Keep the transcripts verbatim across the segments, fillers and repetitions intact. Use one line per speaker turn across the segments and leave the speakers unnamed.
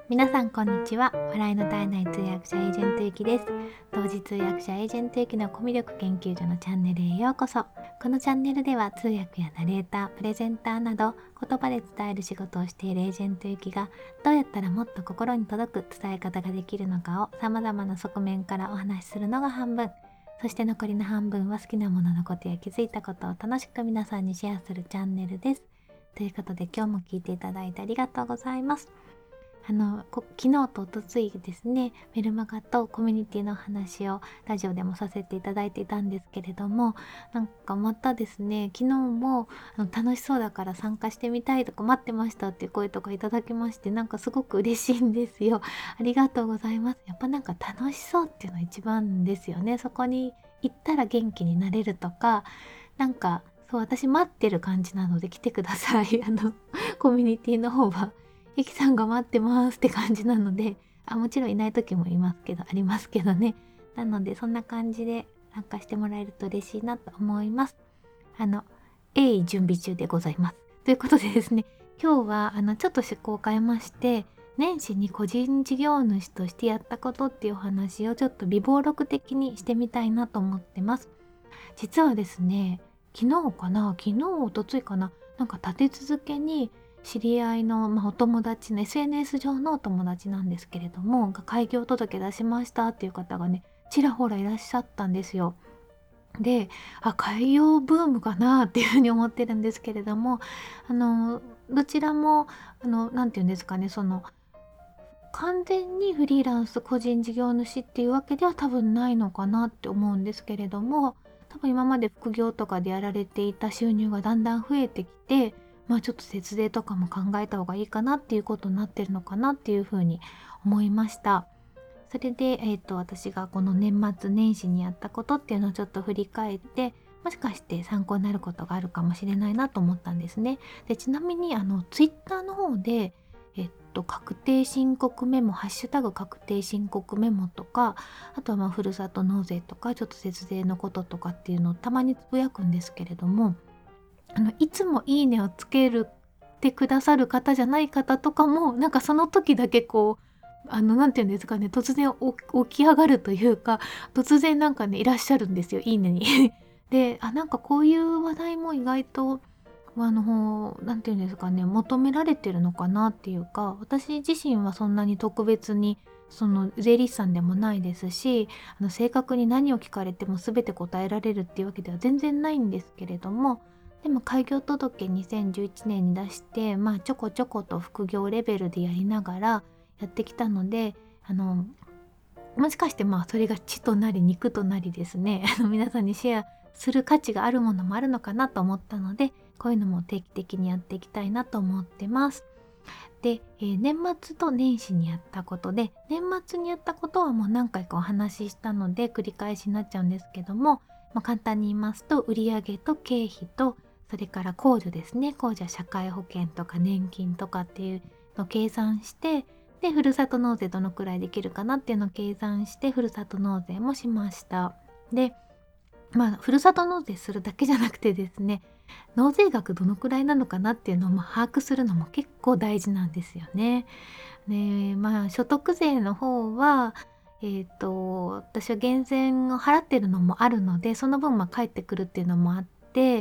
皆さんこんにちは。笑いの絶えない通訳者エージェントゆきです。同時通訳者エージェントゆきのコミュ力研究所のチャンネルへようこそ。このチャンネルでは通訳やナレーター、プレゼンターなど言葉で伝える仕事をしているエージェントゆきがどうやったらもっと心に届く伝え方ができるのかを様々な側面からお話しするのが半分。そして残りの半分は好きなもののことや気づいたことを楽しく皆さんにシェアするチャンネルです。ということで今日も聞いていただいてありがとうございます。あのこ昨日とおとついですね、メルマガとコミュニティの話をラジオでもさせていただいていたんですけれども、なんかまたですね、昨日もあの楽しそうだから参加してみたいとか待ってましたっていう声とかいただきまして、なんかすごく嬉しいんですよ。ありがとうございます。やっぱなんか楽しそうっていうのが一番ですよね。そこに行ったら元気になれるとか、なんかそう私待ってる感じなので来てください。あのコミュニティの方はゆきさんが待ってますって感じなので、あ、もちろんいない時もいますけど、ありますけどね。なので、そんな感じで参加してもらえると嬉しいなと思います。あの、鋭意準備中でございます。ということでですね、今日は、あの、ちょっと趣向を変えまして、年始に個人事業主としてやったことっていうお話をちょっと微暴録的にしてみたいなと思ってます。実はですね、昨日かな、昨日、おとついかな、なんか立て続けに、知り合いの、まあ、お友達の エスエヌエス 上のお友達なんですけれども、が開業届出しましたっていう方がね、ちらほらいらっしゃったんですよ。で、あ、開業ブームかなっていうふうに思ってるんですけれども、あのどちらもあのなんていうんですかね、その完全にフリーランス個人事業主っていうわけでは多分ないのかなって思うんですけれども、多分今まで副業とかでやられていた収入がだんだん増えてきて、まあちょっと節税とかも考えた方がいいかなっていうことになってるのかなっていうふうに思いました。それで、えーと、私がこの年末年始にやったことっていうのをちょっと振り返って、もしかして参考になることがあるかもしれないなと思ったんですね。で、ちなみにあのツイッターの方でえっと確定申告メモ、ハッシュタグ確定申告メモとか、あとはまあふるさと納税とかちょっと節税のこととかっていうのをたまにつぶやくんですけれども、あのいつもいいねをつけるてくださる方じゃない方とかも、なんかその時だけこうあのなんていうんですかね、突然起き上がるというか、突然なんかねいらっしゃるんですよ、いいねに。で、あ、なんかこういう話題も意外とあのなんていうんですかね、求められてるのかなっていうか、私自身はそんなに特別にその税理士さんでもないですし、あの正確に何を聞かれても全て答えられるっていうわけでは全然ないんですけれども、でも開業届にせんじゅういちねんに出して、まあちょこちょこと副業レベルでやりながらやってきたので、あのもしかしてまあそれが血となり肉となりですね、あの皆さんにシェアする価値があるものもあるのかなと思ったので、こういうのも定期的にやっていきたいなと思ってます。で、えー年末と年始にやったことで、年末にやったことはもう何回かお話ししたので繰り返しになっちゃうんですけども、まあ、簡単に言いますと、売上と経費と、それから控除ですね、控除は社会保険とか年金とかっていうのを計算して、でふるさと納税どのくらいできるかなっていうのを計算して、ふるさと納税もしました。で、まあふるさと納税するだけじゃなくてですね、納税額どのくらいなのかなっていうのをまあ把握するのも結構大事なんですよね。で、まあ所得税の方はえっと私は源泉を払ってるのもあるので、その分まあ返ってくるっていうのもあって、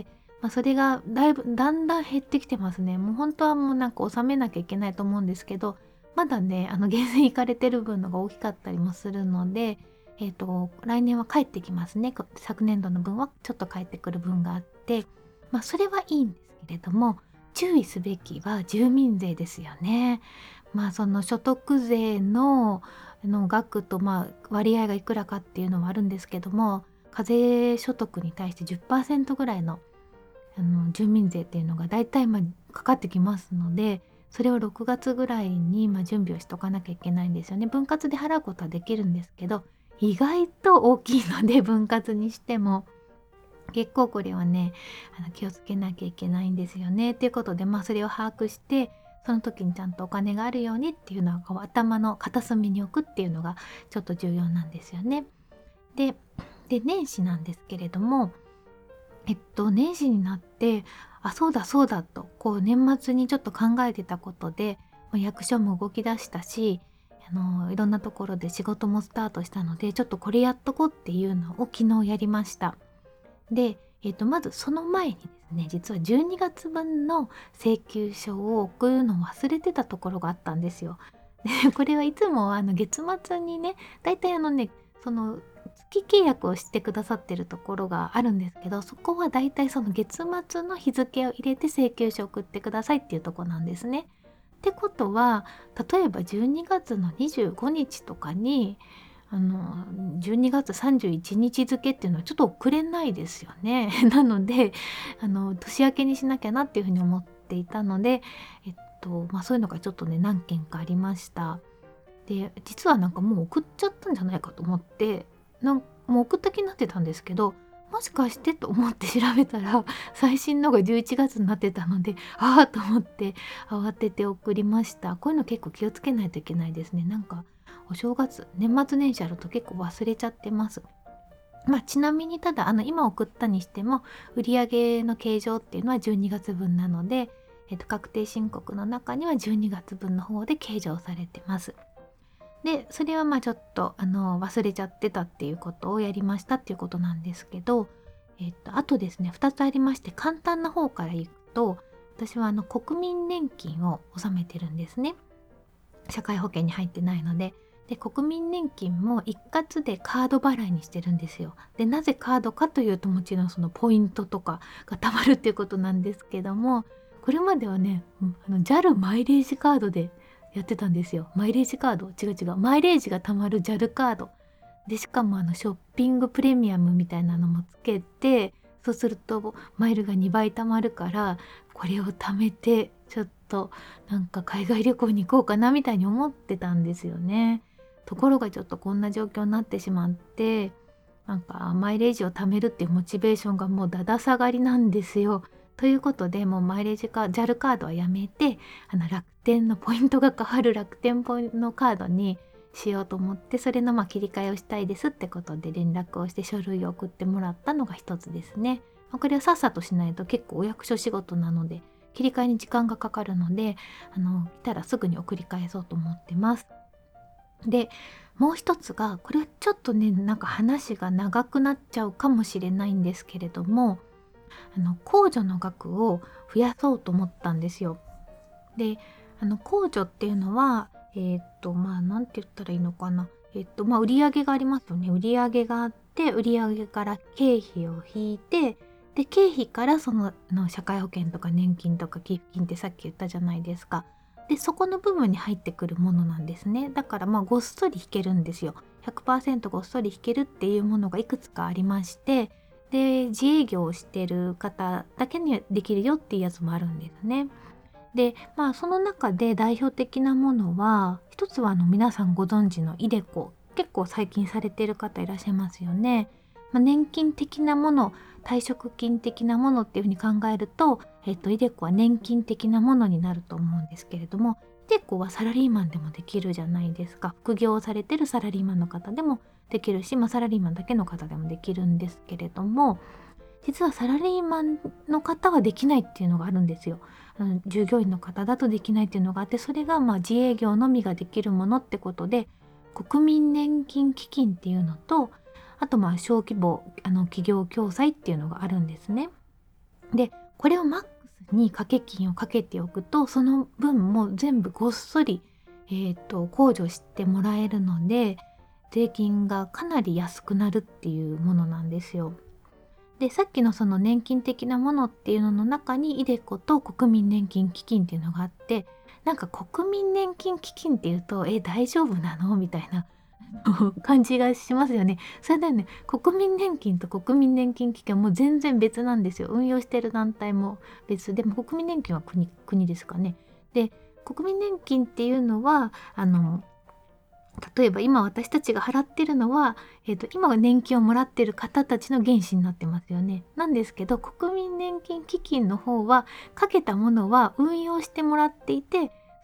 まあ、それがだいぶだんだん減ってきてますね。もう本当はもうなんか納めなきゃいけないと思うんですけど、まだねあの源泉行かれてる分のが大きかったりもするので、えっと来年は返ってきますね。こ昨年度の分はちょっと返ってくる分があって、まあそれはいいんですけれども、注意すべきは住民税ですよね。まあその所得税のの額とまあ割合がいくらかっていうのはあるんですけども、課税所得に対してじゅっパーセントぐらいのあの住民税っていうのがだいたいまあかかってきますので、それをろくがつぐらいにまあ準備をしとかなきゃいけないんですよね。分割で払うことはできるんですけど、意外と大きいので分割にしても結構これはねあの気をつけなきゃいけないんですよね。ということで、まあそれを把握してその時にちゃんとお金があるようにっていうのはこう頭の片隅に置くっていうのがちょっと重要なんですよね。で、で年始なんですけれども、えっと年始になって、あ、そうだそうだとこう年末にちょっと考えてたことで、 まあ役所も動き出したし、あのいろんなところで仕事もスタートしたので、ちょっとこれやっとこうっていうのを昨日やりました。で、えっと、まずその前にですね、実はじゅうにがつぶんの請求書を送るのを忘れてたところがあったんですよ。で、これはいつもあの月末にね、だいたいあのね、その月契約をしてくださってるところがあるんですけど、そこはだいたいその月末の日付を入れて請求書を送ってくださいっていうとこなんですね。ってことは、例えばじゅうにがつのにじゅうごにちとかにあのじゅうにがつさんじゅういちにち付っていうのはちょっと遅れないですよね。なのであの年明けにしなきゃなっていうふうに思っていたので、えっとまあ、そういうのがちょっとね何件かありました。で、実はなんかもう送っちゃったんじゃないかと思ってなんもう送った気になってたんですけど、もしかしてと思って調べたら最新のがじゅういちがつになってたので、ああと思って慌てて送りました。こういうの結構気をつけないといけないですね。なんかお正月年末年始あると結構忘れちゃってます。まあ、ちなみにただあの今送ったにしても売上の計上っていうのはじゅうにがつぶんなので、えっと、確定申告の中にはじゅうにがつぶんの方で計上されてます。で、それはまあちょっとあの忘れちゃってたっていうことをやりましたっていうことなんですけど、えっと、あとですねふたつありまして、簡単な方からいくと、私はあの国民年金を納めてるんですね。社会保険に入ってないので。で、国民年金も一括でカード払いにしてるんですよ。で、なぜカードかというと、もちろんそのポイントとかが貯まるっていうことなんですけども、これまではね、うんあの ジャル マイレージカードでやってたんですよ。マイレージカード違う違うマイレージが貯まる ジャル カードで、しかもあのショッピングプレミアムみたいなのもつけて、そうするとマイルがにばい貯まるから、これを貯めてちょっとなんか海外旅行に行こうかなみたいに思ってたんですよね。ところがちょっとこんな状況になってしまって、なんかマイレージを貯めるっていうモチベーションがもうだだ下がりなんですよ。ということで、もうマイレージか ジャル カードはやめて、あの楽天のポイントが変わる楽天ポイントのカードにしようと思って、それのまあ切り替えをしたいですってことで連絡をして書類を送ってもらったのが一つですね。まあこれをさっさとしないと結構お役所仕事なので切り替えに時間がかかるので、あの来たらすぐに送り返そうと思ってます。で、もう一つが、これはちょっとねなんか話が長くなっちゃうかもしれないんですけれども、あの控除の額を増やそうと思ったんですよ。で、あの控除っていうのはえーっとまあなんて言ったらいいのかな、えーっとまあ売上がありますよね。売上があって、売上から経費を引いて、で経費からそのの社会保険とか年金とか寄付金ってさっき言ったじゃないですか。でそこの部分に入ってくるものなんですね。だからまあごっそり引けるんですよ。ひゃくパーセント ごっそり引けるっていうものがいくつかありまして、で自営業をしてる方だけにできるよっていうやつもあるんですね。で、まあその中で代表的なものは、一つはあの皆さんご存知のイデコ、結構最近されてる方いらっしゃいますよね。まあ、年金的なもの、退職金的なものっていうふうに考えると、えっと、イデコは年金的なものになると思うんですけれども、イデコはサラリーマンでもできるじゃないですか。副業をされてるサラリーマンの方でもできるし、まあ、サラリーマンだけの方でもできるんですけれども、実はサラリーマンの方はできないっていうのがあるんですよ。あの従業員の方だとできないっていうのがあって、それがまあ自営業のみができるものってことで、国民年金基金っていうのと、あとまあ小規模あの企業共済っていうのがあるんですね。でこれをマックスに掛け金をかけておくと、その分も全部ごっそり、えー、と控除してもらえるので、税金がかなり安くなるっていうものなんですよ。でさっきのその年金的なものっていうのの中にイデコと国民年金基金っていうのがあって、なんか国民年金基金っていうとえ大丈夫なのみたいな感じがしますよね。それでね、国民年金と国民年金基金はもう全然別なんですよ。運用してる団体も別で、も国民年金は国国ですかね。で国民年金っていうのはあの例えば今私たちが払ってるのは、えーと、今は年金をもらってる方たちの原資になってますよね。なんですけど、国民年金基金の方はかけたものは運用してもらっていて、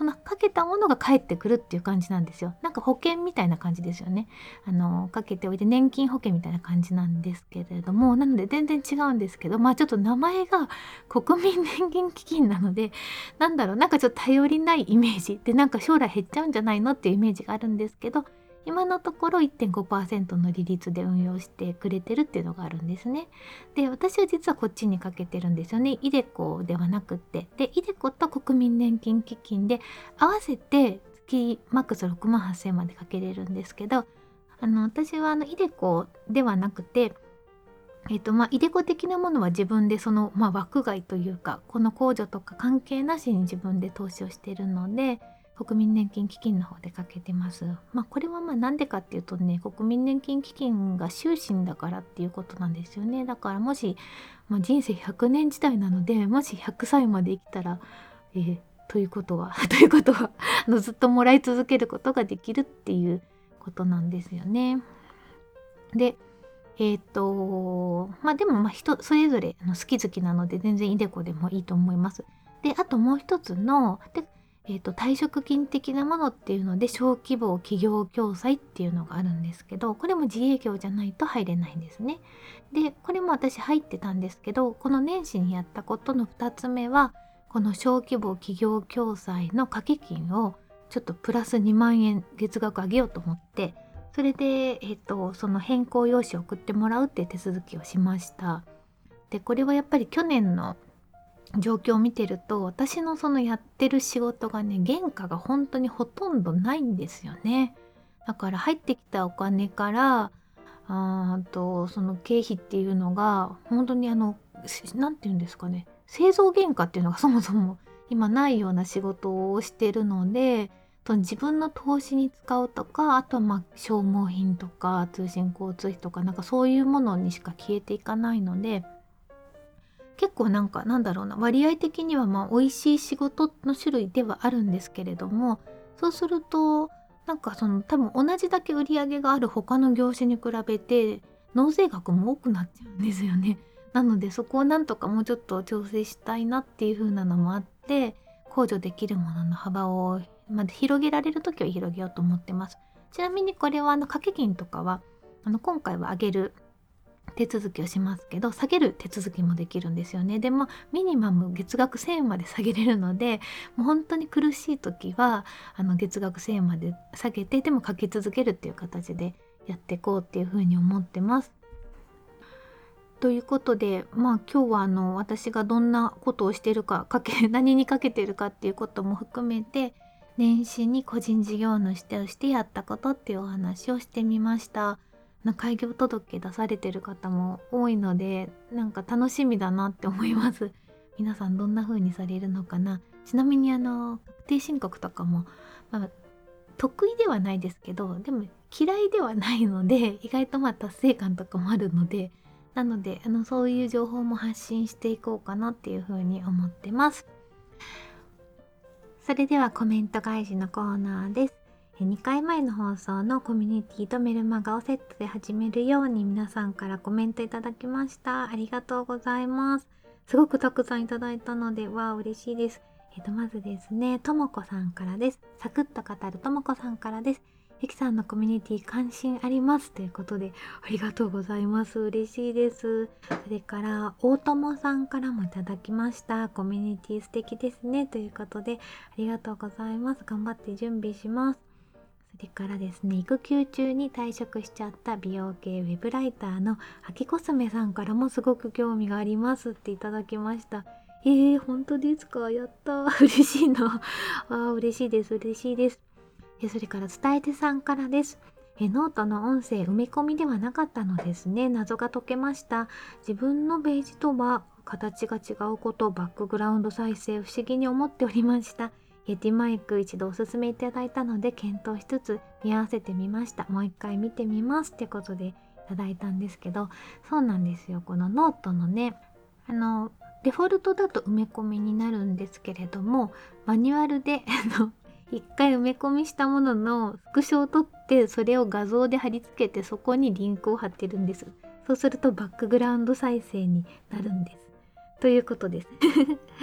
そのかけたものが返ってくるっていう感じなんですよ。なんか保険みたいな感じですよね。あのかけておいて年金保険みたいな感じなんですけれども、なので全然違うんですけど、まあちょっと名前が国民年金基金なので、なんだろう、なんかちょっと頼りないイメージで、なんか将来減っちゃうんじゃないのっていうイメージがあるんですけど、今のところ いってんごパーセント の利率で運用してくれてるっていうのがあるんですね。で、私は実はこっちにかけてるんですよね。イデコではなくって。で、イデコと国民年金基金で合わせて月マックスろくまんはっせんえんまでかけれるんですけど、あの私はあのイデコではなくて、えっとまあ、イデコ的なものは自分でその、まあ、枠外というか、この控除とか関係なしに自分で投資をしているので、国民年金基金の方でかけてます。まあこれはまあなんでかっていうとね、国民年金基金が終身だからっていうことなんですよね。だからもし、まあ、人生ひゃくねん時代なので、もしひゃくさいまで生きたら、えー、ということはということはあのずっともらい続けることができるっていうことなんですよね。で、えっとまあでもまあ人それぞれの好き好きなので全然イデコでもいいと思います。で、あともう一つのでえー、と退職金的なものっていうので小規模企業共済っていうのがあるんですけど、これも自営業じゃないと入れないんですね。で、これも私入ってたんですけど、この年始にやったことのふたつめは、この小規模企業共済の掛け金をちょっとプラスにまんえん月額上げようと思って、それで、えー、とその変更用紙を送ってもらうっていう手続きをしました。で、これはやっぱり去年の状況を見てると、私のそのやってる仕事がね、原価が本当にほとんどないんですよね。だから入ってきたお金からあーとその経費っていうのが本当にあの何て言うんですかね、製造原価っていうのがそもそも今ないような仕事をしてるので、と自分の投資に使うとか、あとはまあ消耗品とか通信交通費とか、なんかそういうものにしか消えていかないので、結構なんかなんだろうな、割合的にはまあ美味しい仕事の種類ではあるんですけれども、そうするとなんかその多分同じだけ売り上げがある他の業種に比べて納税額も多くなっちゃうんですよね。なのでそこをなんとかもうちょっと調整したいなっていう風なのもあって、控除できるものの幅をまで広げられる時は広げようと思ってます。ちなみにこれはあの掛け金とかはあの今回は上げる手続きをしますけど、下げる手続きもできるんですよね。でもミニマム月額せんえんまで下げれるので、もう本当に苦しい時はあの月額せんえんまで下げて、でもかけ続けるっていう形でやっていこうっていうふうに思ってます。ということで、まあ今日はあの私がどんなことをしているか、かけ何にかけているかっていうことも含めて、年始に個人事業主としてやったことっていうお話をしてみました。な開業届出されてる方も多いので、なんか楽しみだなって思います。皆さんどんな風にされるのかな。ちなみにあの確定申告とかも、まあ、得意ではないですけど、でも嫌いではないので、意外とまあ達成感とかもあるので、なのであのそういう情報も発信していこうかなっていう風に思ってます。それではコメント返しのコーナーです。にかいまえの放送のコミュニティとメルマガをセットで始めるように皆さんからコメントいただきました。ありがとうございます。すごくたくさんいただいたので、わあ嬉しいです。えっとまずですね、ともこさんからです。サクッと語るともこさんからです。ゆきさんのコミュニティ関心ありますということで、ありがとうございます。嬉しいです。それから大友さんからもいただきました。コミュニティ素敵ですねということで、ありがとうございます。頑張って準備します。それからですね、育休中に退職しちゃった美容系ウェブライターのあきコスメさんからもすごく興味がありますっていただきました。えー、本当ですか？やったー。嬉しいな。あー、嬉しいです。嬉しいです。えそれから伝えてさんからです。えノートの音声埋め込みではなかったのですね。謎が解けました。自分のページとは形が違うこと、バックグラウンド再生不思議に思っておりました。イエティマイク一度おすすめいただいたので検討しつつ見合わせてみました。もう一回見てみますってことでいただいたんですけど、そうなんですよ。このノートのね、あのデフォルトだと埋め込みになるんですけれども、マニュアルであの一回埋め込みしたもののスクショを撮って、それを画像で貼り付けてそこにリンクを貼ってるんです。そうするとバックグラウンド再生になるんです。ということです。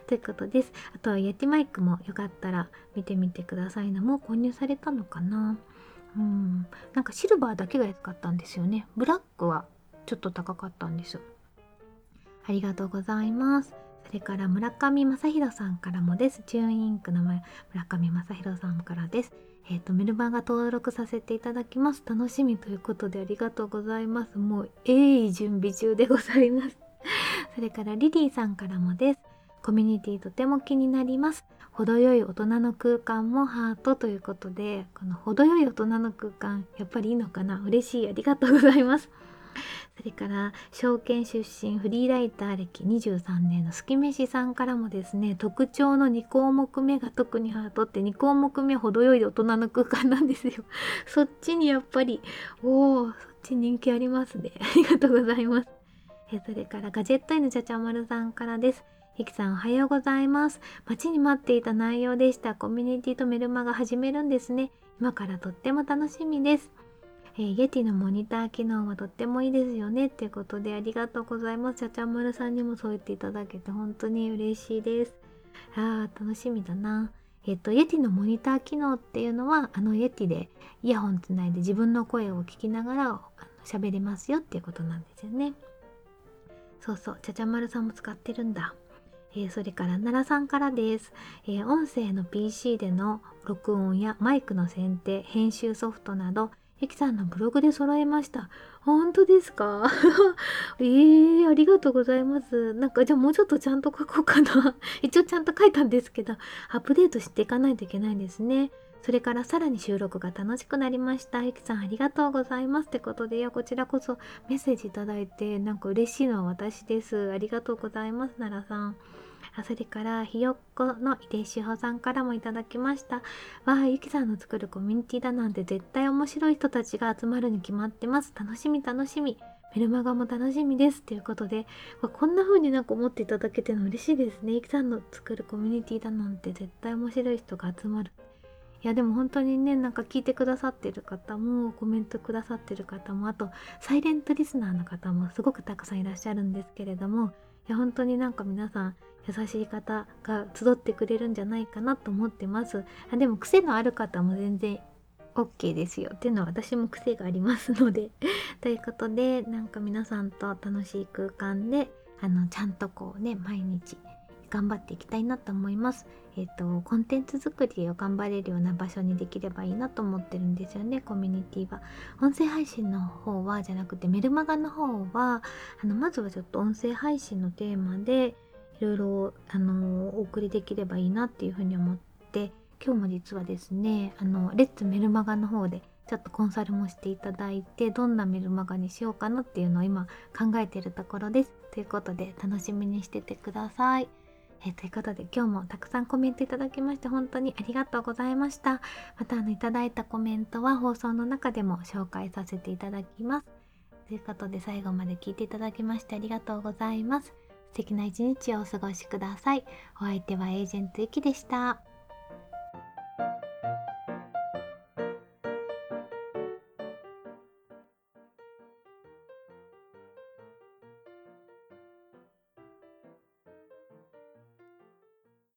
ということです。あとはイエティマイクもよかったら見てみてくださいな。もう購入されたのかな。うん、なんかシルバーだけが安かったんですよね。ブラックはちょっと高かったんです。ありがとうございます。それから村上正弘さんからもです。チューンインクの村上正弘さんからです。えっ、ー、とメルマガ登録させていただきます。楽しみということでありがとうございます。もう鋭意準備中でございます。それからリリーさんからもです。コミュニティとても気になります。程よい大人の空間もハートということで、この程よい大人の空間やっぱりいいのかな。嬉しい、ありがとうございます。それから証券出身フリーライター歴にじゅうさんねんのすきめしさんからもですね、特徴のに項目目が特にハートって、に項目目程よい大人の空間なんですよ。そっちにやっぱりおー、そっち人気ありますね。ありがとうございます。えそれからガジェット犬ちゃちゃまるさんからです。ゆきさんおはようございます。待ちに待っていた内容でした。コミュニティとメルマガ始めるんですね。今からとっても楽しみです。えー、イエティのモニター機能はとってもいいですよねっていうことでありがとうございます。ちゃちゃまるさんにもそう言っていただけて本当に嬉しいです。あー楽しみだな。えっとイエティのモニター機能っていうのはあのイエティでイヤホンつないで自分の声を聞きながら喋れますよっていうことなんですよね。そうそう、ちゃちゃまるさんも使ってるんだ。えー、それから奈良さんからです。えー、音声の ピーシー での録音やマイクの選定、編集ソフトなどゆきさんのブログで揃えました。本当ですか？えー、ありがとうございます。なんかじゃあもうちょっとちゃんと書こうかな。一応ちゃんと書いたんですけど、アップデートしていかないといけないんですね。それからさらに収録が楽しくなりました。ゆきさんありがとうございます。ってことで、いやこちらこそメッセージいただいて、なんか嬉しいのは私です。ありがとうございます、奈良さん。あそれからひよっこの井出志保さんからもいただきました。わあ、ゆきさんの作るコミュニティだなんて絶対面白い人たちが集まるに決まってます。楽しみ楽しみ。メルマガも楽しみですということで、こんな風になんか思っていただけてるの嬉しいですね。ゆきさんの作るコミュニティだなんて絶対面白い人が集まる。いやでも本当にね、なんか聞いてくださってる方もコメントくださってる方も、あとサイレントリスナーの方もすごくたくさんいらっしゃるんですけれども、いや本当になんか皆さん優しい方が集ってくれるんじゃないかなと思ってます。あでも癖のある方も全然 OK ですよっていうのは、私も癖がありますのでということで、なんか皆さんと楽しい空間であのちゃんとこうね、毎日頑張っていきたいなと思います。えっとコンテンツ作りを頑張れるような場所にできればいいなと思ってるんですよね、コミュニティは。音声配信の方はじゃなくてメルマガの方はあのまずはちょっと音声配信のテーマでいろいろあのお送りできればいいなっていうふうに思って、今日も実はですね、あのレッツメルマガの方でちょっとコンサルもしていただいて、どんなメルマガにしようかなっていうのを今考えているところです。ということで楽しみにしててください。えー、ということで今日もたくさんコメントいただきまして本当にありがとうございました。またあのいただいたコメントは放送の中でも紹介させていただきます。ということで最後まで聞いていただきましてありがとうございます。素敵な一日をお過ごしください。お相手はエージェントゆきでした。